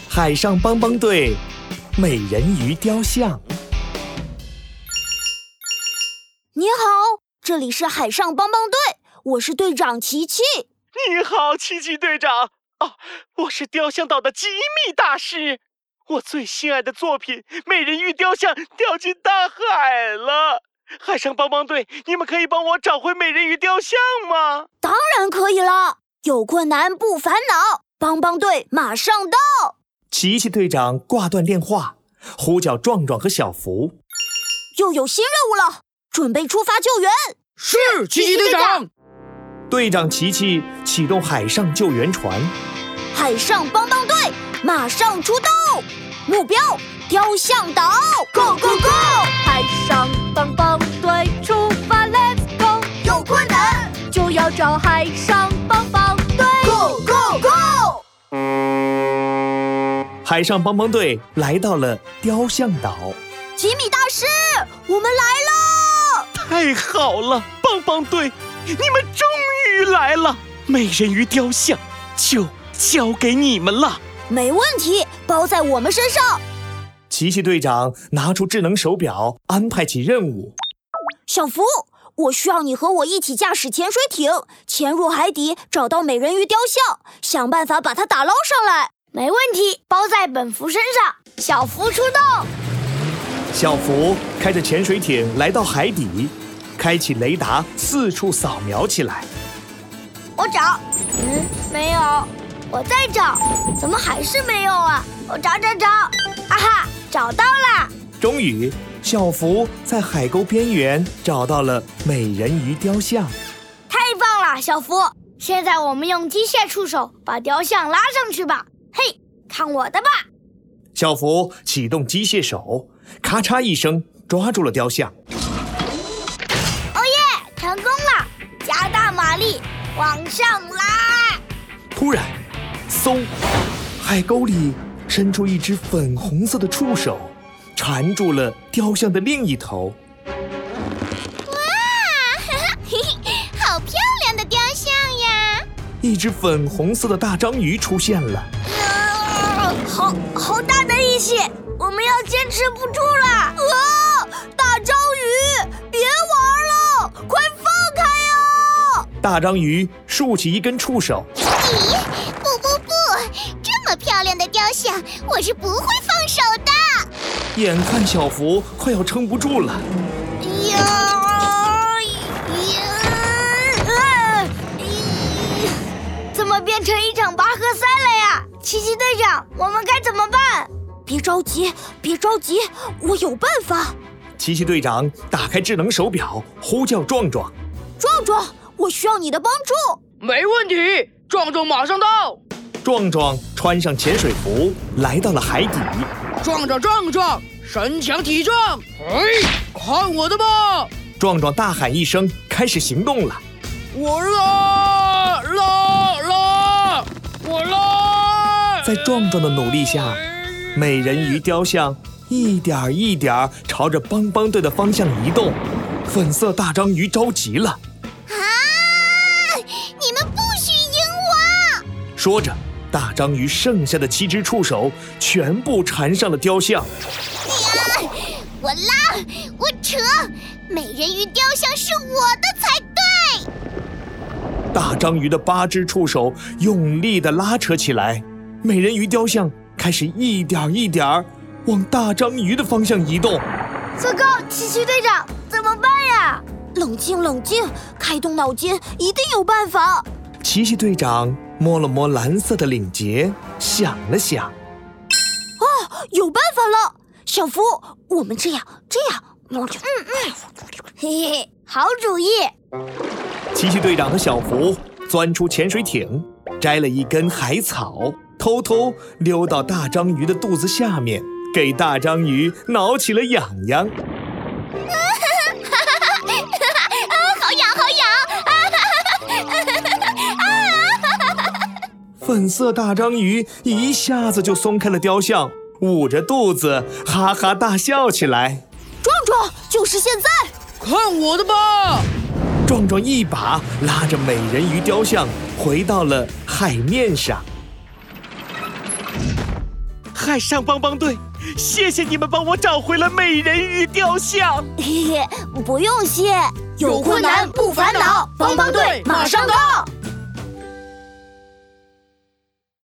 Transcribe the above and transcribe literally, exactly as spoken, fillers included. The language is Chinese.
海上帮帮队美人鱼雕像。 你好，这里是海上帮帮队，我是队长琪琪。 你好，琪琪队长。哦，我是雕像岛的吉米大师。我最心爱的作品美人鱼雕像掉进大海了。海上帮帮队，你们可以帮我找回美人鱼雕像吗？ 当然可以了，有困难不烦恼，帮帮队马上到。 琪琪队长挂断电话，呼叫壮壮和小福。 又有新任务了，准备出发救援。 是，琪琪队长。 队长琪琪启动海上救援船。 海上帮帮队马上出动，目标雕像岛 ，Go Go Go！ 海上帮帮队出发 ，Let's go！ 有困难就要找海上帮帮队 ，Go Go Go！ 海上帮帮队来到了雕像岛。 吉米大师，我们来了！ 太好了，帮帮队，你们终于来了！美人鱼雕像就交给你们了。 没问题，包在我们身上。 琪琪队长拿出智能手表，安排起任务。 小福，我需要你和我一起驾驶潜水艇，潜入海底，找到美人鱼雕像，想办法把它打捞上来。 没问题，包在本福身上。小福出动。 小福开着潜水艇来到海底，开启雷达，四处扫描起来。 我找，嗯，没有。我再找，怎么还是没有啊？我找找找，哈哈，找到了！ 终于，小福在海沟边缘找到了美人鱼雕像。 太棒了，小福！现在我们用机械触手把雕像拉上去吧。嘿，看我的吧！ 小福启动机械手，咔嚓一声抓住了雕像。 哦耶，成功了！加大马力，往上拉！ 突然，嗖！海沟里伸出一只粉红色的触手，缠住了雕像的另一头。 哇，呵呵嘿嘿，好漂亮的雕像呀！ 一只粉红色的大章鱼出现了。 呃、好好大的力气，我们要坚持不住了！ 啊！大章鱼，别玩了，快放开呀！ 大章鱼竖起一根触手。 咦，不不不，这么漂亮的雕像，我是不会放手的。 眼看小福快要撑不住了。 呀呀啊！怎么变成一场拔河赛了呀？琪琪队长，我们该怎么办？ 别着急，别着急，我有办法。 琪琪队长打开智能手表，呼叫壮壮。 壮壮，我需要你的帮助。 没问题，壮壮马上到。 壮壮穿上潜水服，来到了海底。 壮壮壮壮，身强体壮，哎，看我的吧！ 壮壮大喊一声，开始行动了。 我拉拉拉，我拉！ 在壮壮的努力下，美人鱼雕像一点一点朝着帮帮队的方向移动。粉色大章鱼着急了。 啊！你们不许赢我！ 说着，大章鱼剩下的七只触手全部缠上了雕像。 呀！我拉，我扯，美人鱼雕像是我的才对。 大章鱼的八只触手用力地拉扯起来，美人鱼雕像开始一点一点往大章鱼的方向移动。 糟糕，琪琪队长，怎么办呀？ 冷静冷静，开动脑筋，一定有办法。 琪琪队长摸了摸蓝色的领结，想了想。 哦，有办法了！小福，我们这样这样，嗯嗯，嘿嘿，好主意。 琪琪队长和小福钻出潜水艇，摘了一根海草，偷偷溜到大章鱼的肚子下面，给大章鱼挠起了痒痒。 好痒好痒！ 粉色大章鱼一下子就松开了雕像，捂着肚子哈哈大笑起来。 壮壮，就是现在！ 看我的吧！ 壮壮一把拉着美人鱼雕像回到了海面上。 海上帮帮队，谢谢你们帮我找回了美人鱼雕像。 嘿嘿，不用谢。 有困难不烦恼，帮帮队马上